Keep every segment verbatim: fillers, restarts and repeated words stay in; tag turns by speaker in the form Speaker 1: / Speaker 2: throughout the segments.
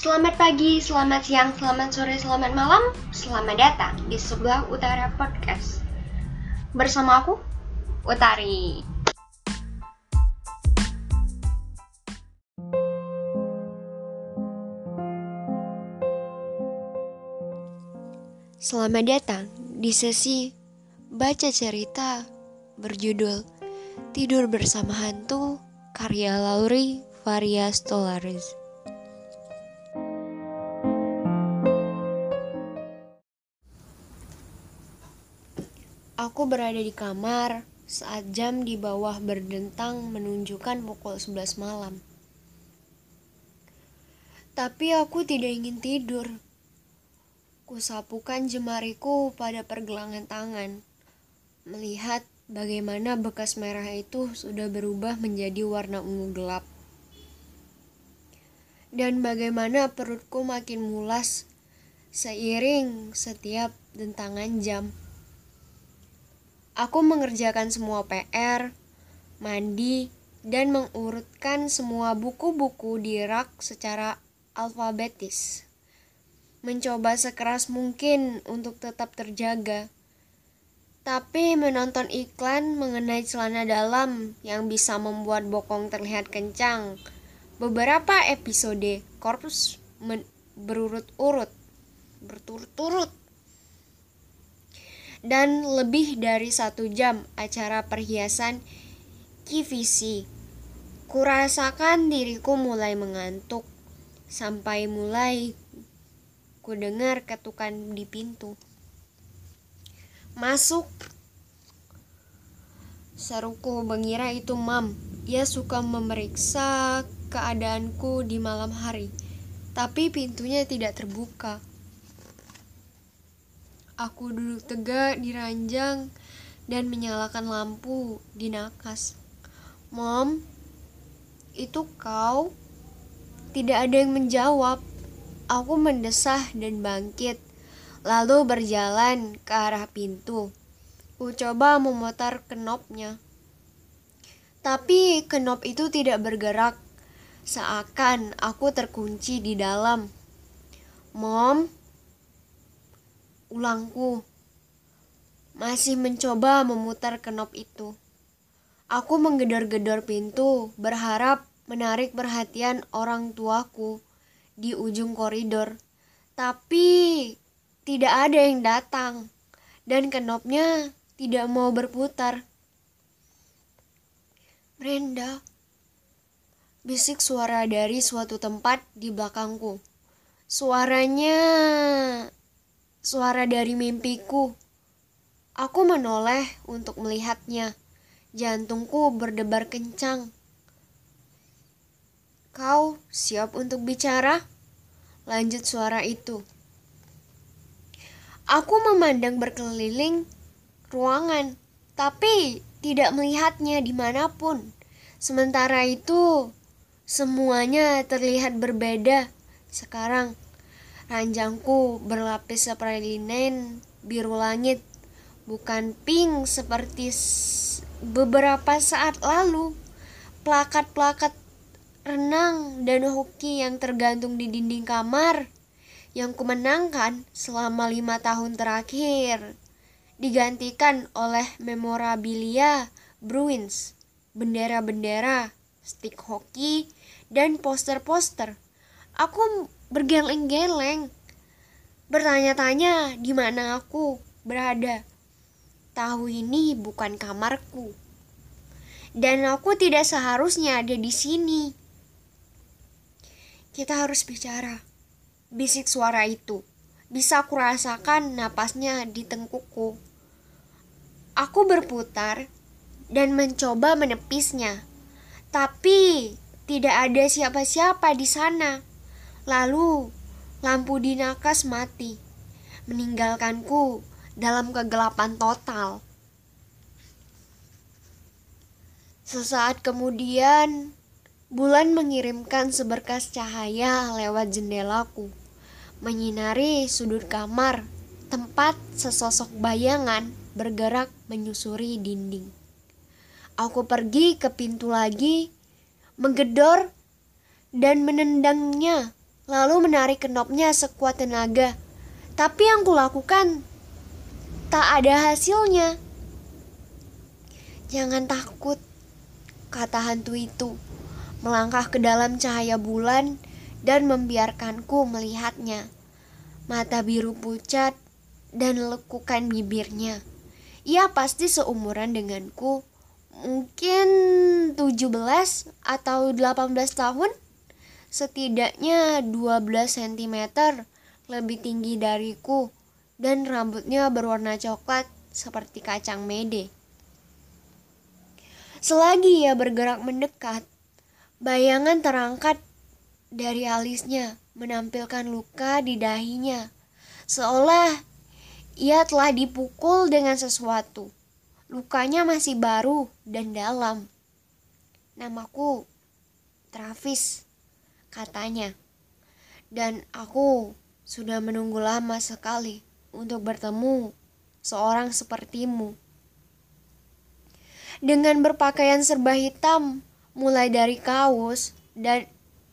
Speaker 1: Selamat pagi, selamat siang, selamat sore, selamat malam. Selamat datang di Sebelah Utara Podcast. Bersama aku, Utari. Selamat datang di sesi baca cerita berjudul Tidur Bersama Hantu karya Lauri Varia Stolaris. Aku berada di kamar saat jam di bawah berdentang menunjukkan pukul sebelas malam. Tapi aku tidak ingin tidur. Kusapukan jemariku pada pergelangan tangan, melihat bagaimana bekas merah itu sudah berubah menjadi warna ungu gelap. Dan bagaimana perutku makin mulas seiring setiap dentangan jam. Aku mengerjakan semua P R, mandi, dan mengurutkan semua buku-buku di rak secara alfabetis. Mencoba sekeras mungkin untuk tetap terjaga. Tapi menonton iklan mengenai celana dalam yang bisa membuat bokong terlihat kencang. Beberapa episode Corpse men- berurut-urut, berturut-turut. Dan lebih dari satu jam acara perhiasan Q V C. Kurasakan diriku mulai mengantuk, sampai mulai kudengar ketukan di pintu. "Masuk!" seruku, mengira itu Mam. Ia suka memeriksa keadaanku di malam hari, tapi pintunya tidak terbuka. Aku duduk tegak di ranjang dan menyalakan lampu di nakas. "Mom, itu kau?" Tidak ada yang menjawab. Aku mendesah dan bangkit, lalu berjalan ke arah pintu. Ku coba memutar knopnya, tapi knop itu tidak bergerak, seakan aku terkunci di dalam. "Mom," ulangku, masih mencoba memutar knop itu. Aku menggedor-gedor pintu, berharap menarik perhatian orang tuaku di ujung koridor. Tapi tidak ada yang datang, dan knopnya tidak mau berputar. "Brenda," bisik suara dari suatu tempat di belakangku. Suaranya Suara dari mimpiku. Aku menoleh untuk melihatnya. Jantungku berdebar kencang. "Kau siap untuk bicara?" lanjut suara itu. Aku memandang berkeliling ruangan, tapi tidak melihatnya dimanapun. Sementara itu, semuanya terlihat berbeda sekarang. Ranjangku berlapis pralinen biru langit, bukan pink seperti beberapa saat lalu. Plakat-plakat renang dan hoki yang tergantung di dinding kamar yang kumenangkan selama lima tahun terakhir digantikan oleh memorabilia Bruins, bendera-bendera, stik hoki, dan poster-poster. Aku bergeleng-geleng, bertanya-tanya di mana aku berada. Tahu ini bukan kamarku, dan aku tidak seharusnya ada di sini. "Kita harus bicara," bisik suara itu. Bisa kurasakan napasnya di tengkukku. Aku berputar dan mencoba menepisnya, tapi tidak ada siapa-siapa di sana. Lalu lampu di nakas mati, meninggalkanku dalam kegelapan total. Sesaat kemudian, bulan mengirimkan seberkas cahaya lewat jendelaku, menyinari sudut kamar, tempat sesosok bayangan bergerak menyusuri dinding. Aku pergi ke pintu lagi, menggedor dan menendangnya.
Speaker 2: lalu menarik knopnya sekuat tenaga. Tapi yang kulakukan tak ada hasilnya. "Jangan takut," kata hantu itu, melangkah ke dalam cahaya bulan dan membiarkanku melihatnya. Mata biru pucat dan lekukan bibirnya. Ia pasti seumuran denganku, mungkin tujuh belas atau delapan belas tahun. Setidaknya dua belas sentimeter lebih tinggi dariku dan rambutnya berwarna coklat seperti kacang mede. Selagi ia bergerak mendekat, bayangan terangkat dari alisnya menampilkan luka di dahinya, seolah ia telah dipukul dengan sesuatu. Lukanya masih baru dan dalam. "Namaku Travis," katanya, "dan aku sudah menunggu lama sekali untuk bertemu seorang sepertimu." Dengan berpakaian serba hitam, mulai dari kaos dan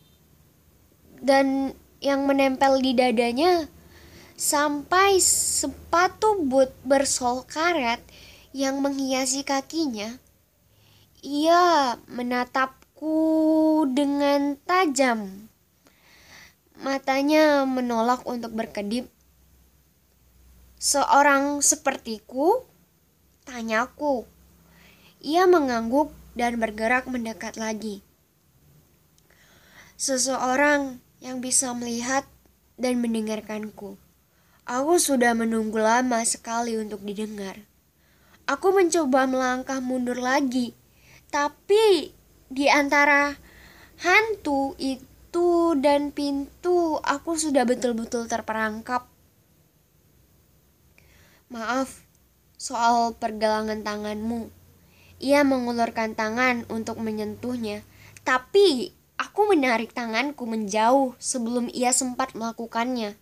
Speaker 2: dan yang menempel di dadanya sampai sepatu boot bersol karet yang menghiasi kakinya, ia menatapku dengan tajam. Matanya menolak untuk berkedip. "Seorang sepertiku?" tanyaku. Ia mengangguk dan bergerak mendekat lagi. "Seseorang yang bisa melihat dan mendengarkanku. Aku sudah menunggu lama sekali untuk didengar." Aku mencoba melangkah mundur lagi, tapi di antara hantu itu dan pintu, aku sudah betul-betul terperangkap. "Maaf soal pergelangan tanganmu." Ia mengulurkan tangan untuk menyentuhnya, tapi aku menarik tanganku menjauh sebelum ia sempat melakukannya.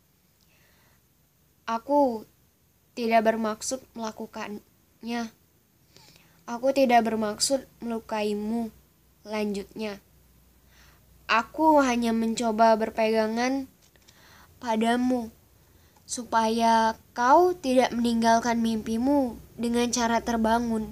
Speaker 2: "Aku tidak bermaksud melakukannya. Aku tidak bermaksud melukaimu," lanjutnya. "Aku hanya mencoba berpegangan padamu supaya kau tidak meninggalkan mimpimu dengan cara terbangun."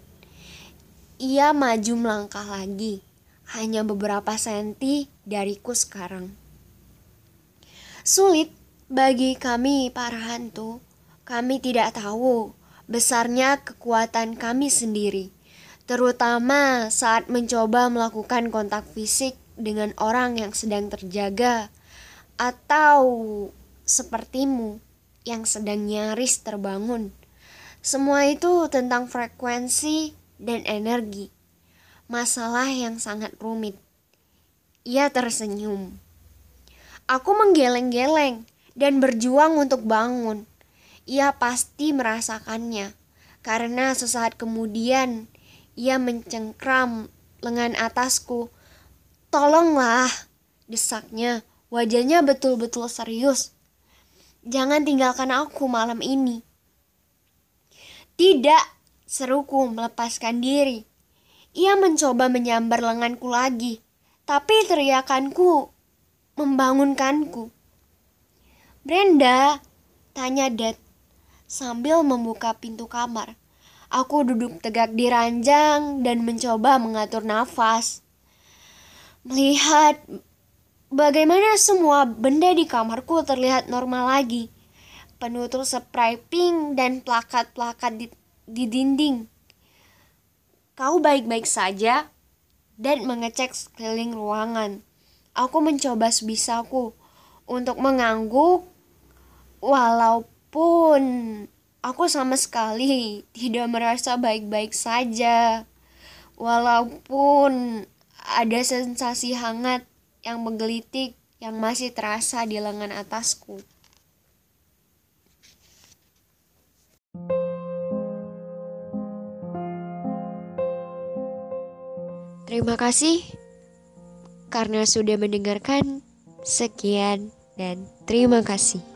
Speaker 2: Ia maju melangkah lagi, hanya beberapa senti dariku sekarang. Sulit bagi kami para hantu. Kami tidak tahu besarnya kekuatan kami sendiri, terutama saat mencoba melakukan kontak fisik dengan orang yang sedang terjaga atau sepertimu yang sedang nyaris terbangun. Semua itu tentang frekuensi dan energi. Masalah yang sangat rumit. Ia tersenyum. Aku menggeleng-geleng dan berjuang untuk bangun. Ia pasti merasakannya, karena sesaat kemudian ia mencengkram lengan atasku. "Tolonglah," desaknya. Wajahnya betul-betul serius. "Jangan tinggalkan aku malam ini." "Tidak," seruku melepaskan diri. Ia mencoba menyambar lenganku lagi, tapi teriakanku membangunkanku. "Brenda," tanya Dad sambil membuka pintu kamar. Aku duduk tegak di ranjang dan mencoba mengatur nafas. Melihat bagaimana semua benda di kamarku terlihat normal lagi. Penutur spray pink dan plakat-plakat di, di dinding. "Kau baik-baik saja?" Dan mengecek sekeliling ruangan. Aku mencoba sebisaku untuk mengangguk, walaupun aku sama sekali tidak merasa baik-baik saja. Walaupun ada sensasi hangat yang menggelitik yang masih terasa di lengan atasku. Terima kasih karena sudah mendengarkan. Sekian dan terima kasih.